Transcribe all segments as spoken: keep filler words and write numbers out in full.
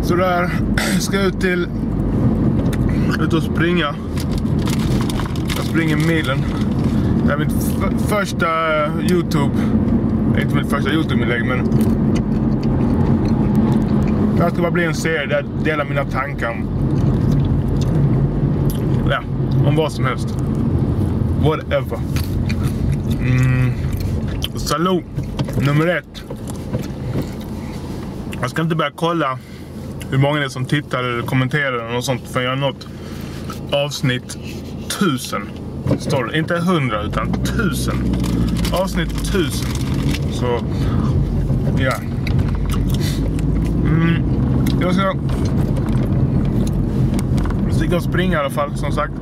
Så där ska jag ut till ut och springa. Jag springer milen. Det är mitt f- första YouTube. Det är inte mitt första YouTube-inlägg, men det ska bara bli en serie där jag delar mina tankar om, ja, om vad som helst. Whatever. Mm. Salut. Nummer ett. Jag ska inte börja kolla hur många det är som tittar eller kommenterar eller något sånt, för jag har nått avsnitt tusen. Står det. Inte hundra utan tusen. Avsnitt tusen. Så ja. Mm. Jag ska sticka och springa i alla fall, som sagt.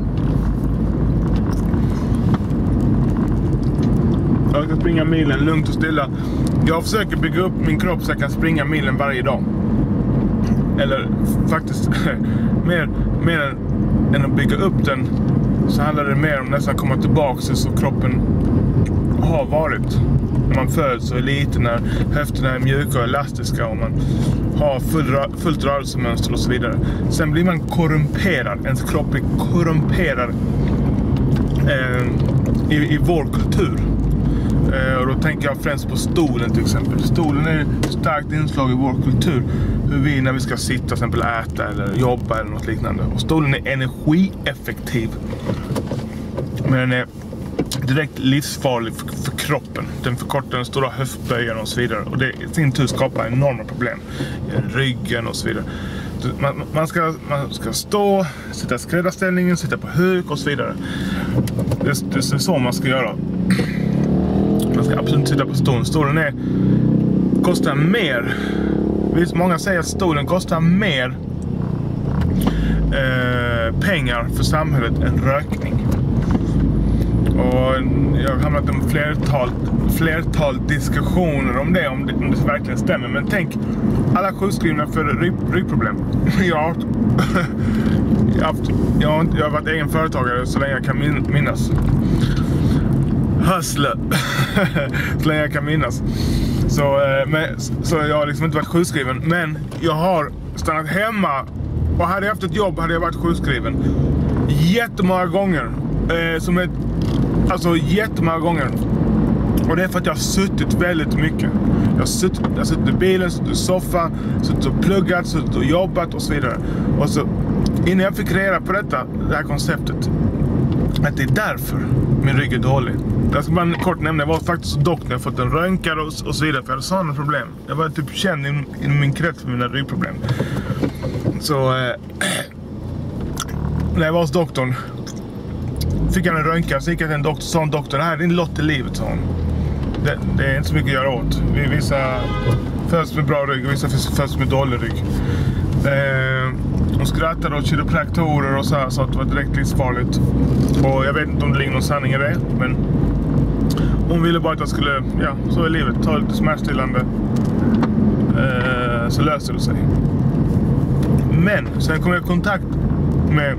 Jag ska springa milen lugnt och stilla. Jag försöker bygga upp min kropp så jag kan springa milen varje dag. Eller faktiskt mer, mer än, än att bygga upp den, så handlar det mer om nästan komma tillbaka så kroppen har varit. När man föds och är liten, när höfterna är mjuka och elastiska och man har full, fullt rörelsemönster och så vidare. Sen blir man korrumperad. Ens kropp är korrumperad eh, i, i vår kultur. Eh, och då tänker jag främst på stolen till exempel. Stolen är ett starkt inslag i vår kultur. Hur vi, när vi ska sitta till exempel, äta eller jobba eller något liknande. Och stolen är energieffektiv. Men den är direkt livsfarlig för, för kroppen. Den förkortar den stora höftböjen och så vidare. Och det i sin tur skapar enorma problem. Ryggen och så vidare. Man, man, ska, man ska stå, sitta i skräddarställningen, sitta på huk och så vidare. Det, det, det är så man ska göra. Man ska absolut sitta på stolen. Stolen är, kostar mer. Visst, många säger att stolen kostar mer eh, pengar för samhället än rökning. Och jag har hamnat i flertal, flertal diskussioner om det, om det, om det verkligen stämmer. Men tänk, alla sjukskrivna för rygg, ryggproblem. Jag har, jag, har haft, jag, har, jag har varit egen företagare så länge jag kan min, minnas. Hustler. Så länge jag kan minnas. Så, men, så jag har liksom inte varit sjukskriven. Men jag har stannat hemma. Och hade jag haft ett jobb hade jag varit sjukskriven. Jättemånga gånger. Eh, som ett, alltså jättemånga gånger. Och det är för att jag har suttit väldigt mycket. Jag har suttit, jag har suttit i bilen, suttit i soffan, suttit och pluggat, suttit och jobbat och så vidare. Och så innan jag fick reda på detta, det här konceptet, att det är därför min rygg är dålig. Jag ska bara kort nämna, jag var faktiskt doktor, jag har fått en röntgare och, och så vidare, för jag hade sådana problem. Jag var typ känd inom in min krets för mina ryggproblem. Så eh, när jag var hos doktorn fick jag en röntgare, så gick jag till en doktor, sa en doktor, det här är din lott i livet, sa hon. Det, det är inte så mycket att göra åt. Vi, vissa föds med bra rygg och vissa föds med dålig rygg. Eh, hon skrattade åt kiropraktorer och så här, så att det var direkt livsfarligt. Och jag vet inte om det ligger någon sanning i det, men hon ville bara att jag skulle, ja, så är livet, ta lite smärtstillande, eh, så löser det sig. Men sen kom jag i kontakt med,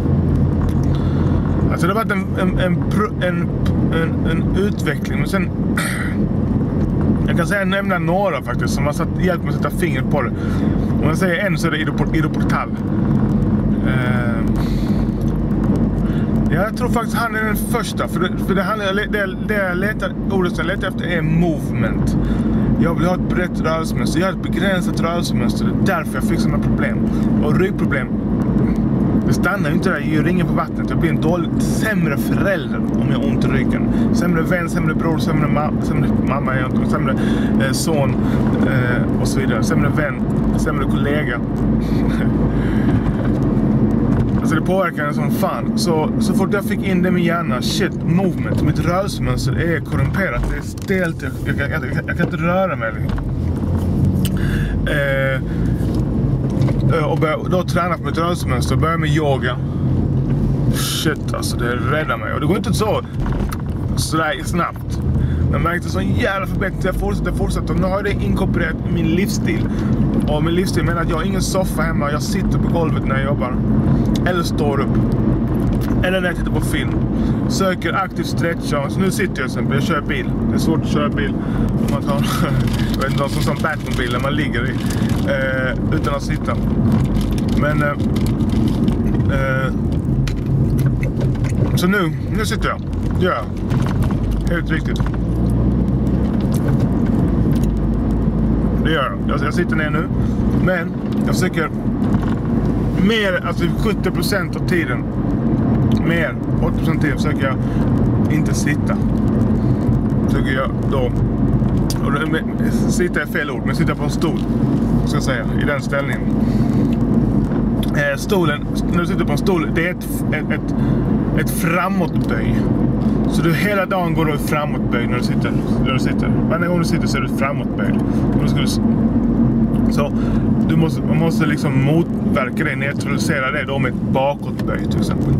alltså det har varit en, en, en, en, en, en utveckling, men sen jag kan säga nämna några faktiskt som har satt, hjälpt mig att sätta fingret på det. Om jag säger en så är det Ido Portal. Uh, jag tror faktiskt han är den första. För det, för det, handlar, det, det jag letar, ordet jag letar efter är movement. Jag vill ha ett brett rörelsemönster. Jag har ett begränsat rörelsemönster. Det är därför jag fick sådana problem. Och ryggproblem, det stannar ju inte där. Jag gör ringen på vattnet. Jag blir en dålig, sämre förälder om jag har ont i ryggen. Sämre vän, sämre bror, sämre, ma- sämre mamma, sämre eh, son eh, och så vidare. Sämre vän, sämre kollega. Alltså det påverkar en som fan. Så, så fort jag fick in det med hjärnan, shit, movement, mitt rörelsemönster är korrumperat. Det är stelt, jag, jag, jag, jag, jag kan inte röra mig. Eh, och börja, då träna på mitt rörelsemönster, börja med yoga. Shit, alltså det räddar mig. Och det går inte så sådär snabbt. Jag märkte en sån jävla förbättring. Jag fortsätter, fortsätter. Och nu har jag det inkorporerat i min livsstil. Och min livsstil menar att jag har ingen soffa hemma. Jag sitter på golvet när jag jobbar. Eller står upp. Eller när jag tittar på film. Söker aktivt stretcha. Så nu sitter jag till exempel. Jag kör bil. Det är svårt att köra bil. Om man tar, jag vet inte, som som Batman-bil när man ligger i. eh, utan att sitta. Men eh, eh, så nu, nu sitter jag. Ja, helt riktigt. Det gör jag. jag. Jag sitter ner nu. Men jag försöker mer, alltså sjuttio procent av tiden, mer, åttio procent av tiden försöker jag inte sitta. Försöker jag då, och det, med, sitta är fel ord, men sitta på en stol, ska jag säga, i den ställningen. Eh, stolen, när du sitter på en stol, det är ett, ett, ett, ett framåtböj. Så du hela dagen går du framåtböj när du sitter. När du sitter. Varje gång du sitter så är du framåtböjd. Så du måste, man måste liksom motverka det, neutralisera det då med ett bakåtböj till exempel.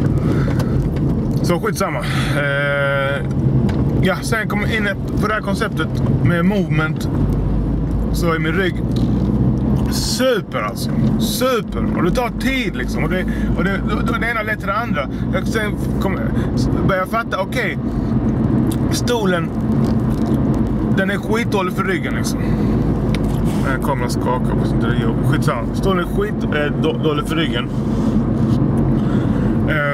Så skitsamma. Eh, ja, sen kommer in ett, på det här konceptet med movement, så är min rygg super alltså. Super. Och det tar tid liksom. Och det, och det, då, det ena leder till det andra. Jag sen kom, börjar fatta, okej. Okay, stolen, den är skitdålig för ryggen liksom. Den kommer att skaka på sånt där jobb. Skitsamma. Stolen är skitdålig för ryggen. Eh,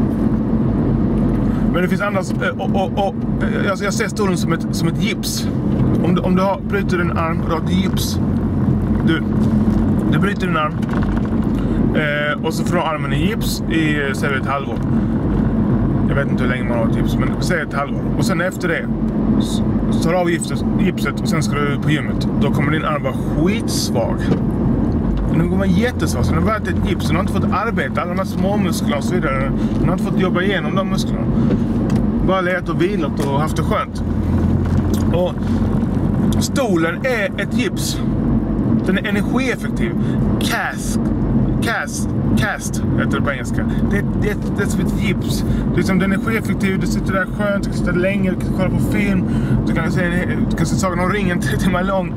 men det finns andra... Och, och, och, jag, jag ser stolen som ett, som ett gips. Om du, om du har bryter en arm och du har ett gips. Du, du bryter din arm eh, och så får du armen i gips i, säg ett halvår. Jag vet inte hur länge man har ett gips, men säg ett halvår. Och sen efter det så, så tar du av gipset, gipset och sen ska du på gymmet. Då kommer din arm vara skitsvag. Den kommer vara jättesvag. Så den har varit ett gips, den har inte fått arbeta, alla de här små musklerna och så vidare. Den har inte fått jobba igenom de musklerna. Bara legat och vilat och haft det skönt. Och stolen är ett gips. Den är energieffektiv. Cast, cast, cast heter det på engelska. Det, det, det är som ett gips. Det är som den är energieffektiv. Du sitter där skönt, du kan sitta länge, du kan kolla på film. Du kan se, du kan se Sagan om ringen tre timmar lång.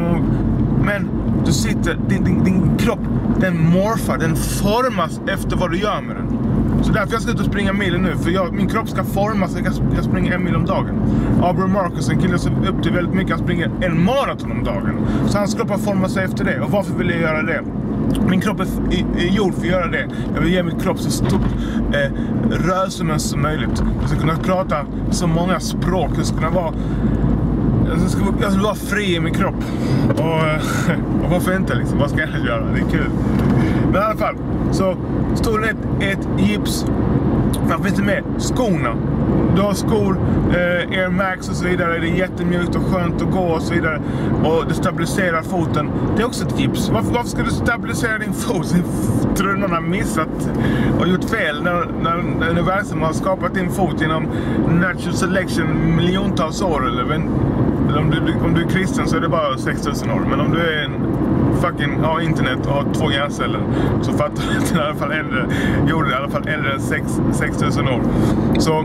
Men du sitter, din, din, din kropp, den morfar, den formas efter vad du gör med den. Så därför jag ska ut och springa milen nu. För jag, min kropp ska formas. Jag ska jag springer en mil om dagen. Abraham Marcus, en kille som upp till väldigt mycket. Han springer en maraton om dagen. Så hans kropp har format sig efter det. Och varför vill jag göra det? Min kropp är, är gjord för att göra det. Jag vill ge min kropp så stort eh, rörelse som möjligt. Jag ska kunna prata så många språk. Jag ska kunna vara... Jag ska, jag ska vara fri i min kropp. Och, och varför inte liksom? Vad ska jag göra? Det är kul. Men i alla fall. Så stolen är ett, ett gips. Vad finns det med? Skorna. Du har skor, eh, Air Max och så vidare. Det är jättemjukt och skönt att gå och så vidare. Och det stabiliserar foten. Det är också ett gips. Varför, varför ska du stabilisera din fot? Tror du någon har missat och gjort fel när, när universum har skapat din fot genom natural selection miljontals år? Eller, men, eller om, du, om du är kristen så är det bara sex tusen år. Men om du är en fucking har internet och har två hjärnceller så fattar du att den i alla fall äldre gjorde det i alla fall äldre än sex tusen år. Så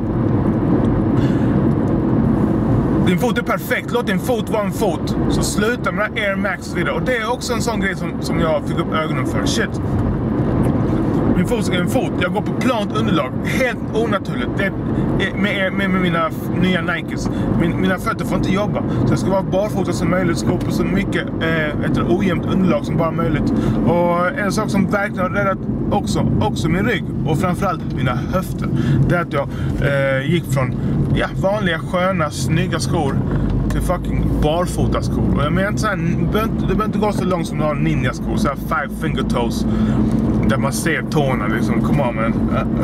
din fot är perfekt. Låt din fot vara en fot. Så sluta med Air Max vidare. Och det är också en sån grej som, som jag fick upp ögonen för. Shit. Min fot är en fot. Jag går på plant underlag. Helt onaturligt. Det är med, med, med mina nya Nikes. Min, mina fötter får inte jobba. Så jag ska vara barfota som möjligt. Gå på så mycket eh, ett ojämnt underlag som bara möjligt. Och en sak som verkligen har räddat också, också min rygg. Och framförallt mina höfter. Det är att jag eh, gick från ja, vanliga, sköna, snygga skor till fucking barfotaskor. Och jag menar inte såhär, det behöver inte gå så långt som du har ninja-skor. Såhär five finger toes. Där man ser tårna liksom, kom on man.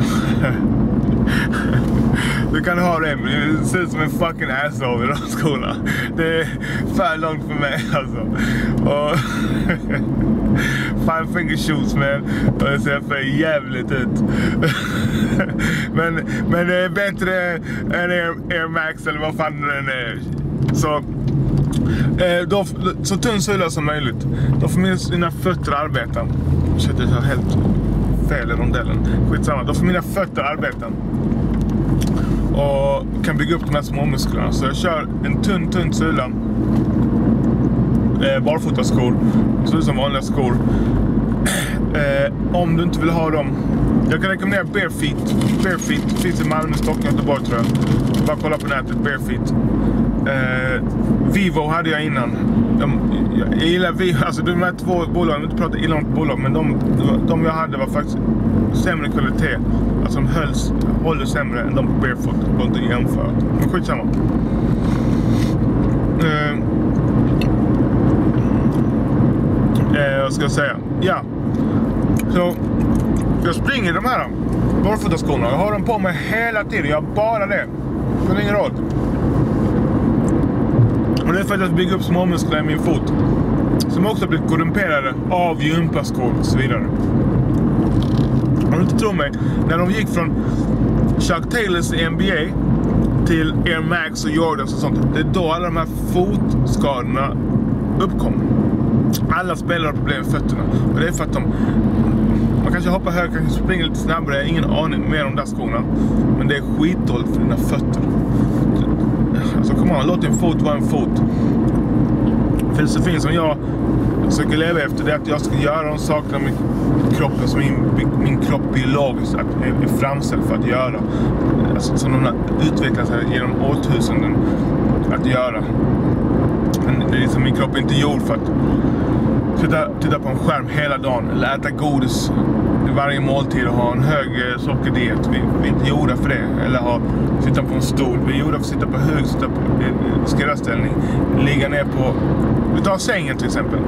Du kan ha det, men det ser ut som en fucking asshole i de skorna. Det är för långt för mig alltså. Och five finger shoes man. Och det ser för jävligt ut. men, men det är bättre än Air, Air Max eller vad fan den är. Så eh, då, så tunn sula som möjligt. Då får mina fötter arbeta. Shit, det är helt fel i rondellen. Skitsamma. Då får mina fötter arbeta. Och kan bygga upp de här små musklerna. Så jag kör en tunn, tunn sula. Eh, barfotaskor. Så som vanliga skor. Eh, om du inte vill ha dem. Jag kan rekommendera Barefeet. Barefeet finns i Malmö, Stockholm, Göteborg tror jag. Bara kolla på nätet, Barefeet. Eh, Vivo hade jag innan. Jag, jag gillar vi, alltså de här två bolagen, jag vill inte prata illa om ett bolag, men de, de jag hade var faktiskt sämre kvalitet. Alltså de hölls, håller sämre än de på Barefoot. Det går inte att jämföra. Men skitsamma. Uh, uh, vad ska jag säga? Ja. Så jag springer de här barfotaskorna. Jag har dem på mig hela tiden. Jag har bara det. Det är ingen roll. Och det är för att jag bygger upp småmuskler i min fot. Som också blivit korrumperade av gympaskor och så vidare. Om du inte tror mig, när de gick från Chuck Taylors i N B A till Air Max och Jordans och sånt, det är då alla de här fotskadorna uppkom. Alla spelare har problem med fötterna. Och det är för att de... Man kanske hoppar högt, kanske springer lite snabbare. Jag har ingen aning mer om de där skorna. Men det är skitdåligt för dina fötter. Alltså kom on, låt din fot vara en fot. Filosofin som jag försöker leva efter, det är att jag ska göra de sakerna med kroppen som min, min kropp biologiskt är, är framställd för att göra. Alltså, som de har utvecklats här genom årtusenden att göra. Men det är liksom, min kropp är inte gjord för att sitta, titta på en skärm hela dagen eller äta godis i varje måltid och ha en hög sockerdiet. Vi, vi är inte gjorda för det. Eller ha, sitta på en stol. Vi är gjorda för att sitta på hög, sitta på skräddarställning, ligga ner på... Vi tar sängen till exempel.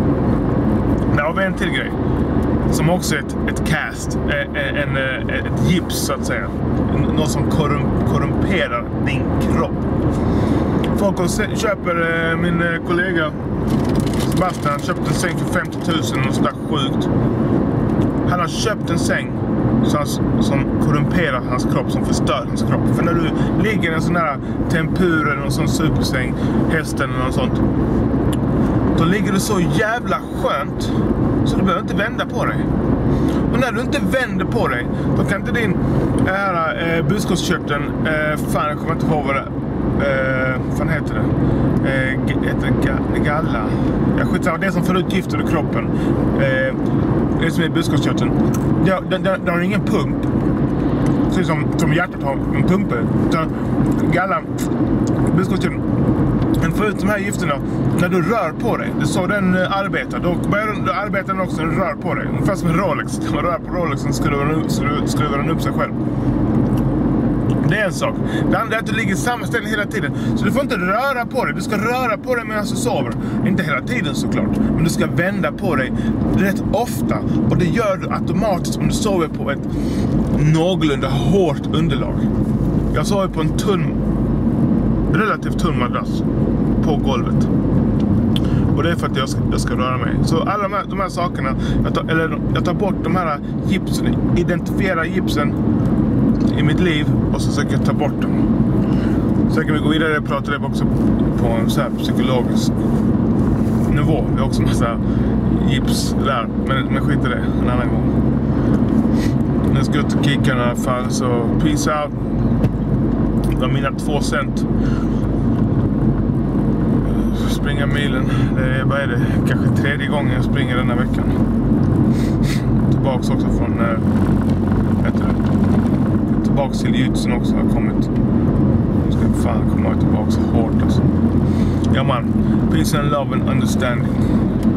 Där har vi en till grej. Som också är ett, ett cast. En, en, ett gips så att säga. Något som korrum, korrumperar din kropp. Folk köper, min kollega Sebastian köpte en säng för femtio tusen och sådär sjukt. Han har köpt en säng som, som korrumperar hans kropp, som förstör hans kropp. För när du ligger i en sån här tempur eller någon sån supersäng, hästen eller något sånt, då ligger du så jävla skönt så du behöver inte vända på dig. Och när du inte vänder på dig, då kan inte din här äh, buskårskörteln, äh, fan jag kommer inte ihåg vad det är. Uh, vad fan heter det? Uh, heter det ga- galla? Jag skiter det som får ut gifter ur kroppen. Uh, det som är buskårskörteln. Den, den, den har ingen pump. Precis som, som hjärtat har en pump. Utan gallan, buskårskörteln, den får ut de här gifterna när du rör på dig. Det är så den uh, arbetar. Då börjar den, då arbetar den också när du rör på dig. Ungefär som en Rolex. När man rör på Rolexen skruvar den, skruvar, skruvar den upp sig själv. Det är en sak. Det andra är att du ligger i samma ställe hela tiden. Så du får inte röra på dig. Du ska röra på dig medan du sover. Inte hela tiden såklart. Men du ska vända på dig rätt ofta. Och det gör du automatiskt om du sover på ett någorlunda hårt underlag. Jag sover på en tunn, relativt tunn madrass på golvet. Och det är för att jag ska, jag ska röra mig. Så alla de här, de här sakerna, jag tar, eller jag tar bort de här gipsen, identifierar gipsen i mitt liv och så försöker jag ta bort dem. Sen kan vi gå vidare och prata det också på en så här psykologisk nivå. Vi har också en massa gips där, men, men skit i det en annan gång. Nu ska jag ut och kika i alla fall, så peace out. Det var mina två cent. Springa milen, det är, vad är det? Kanske tredje gången jag springer denna veckan. Tillbaks också från, äh, heter det? Tillbaks till jutsen också har kommit. Nu ska jag fan komma tillbaks hårt alltså. Ja man, peace and love and understanding.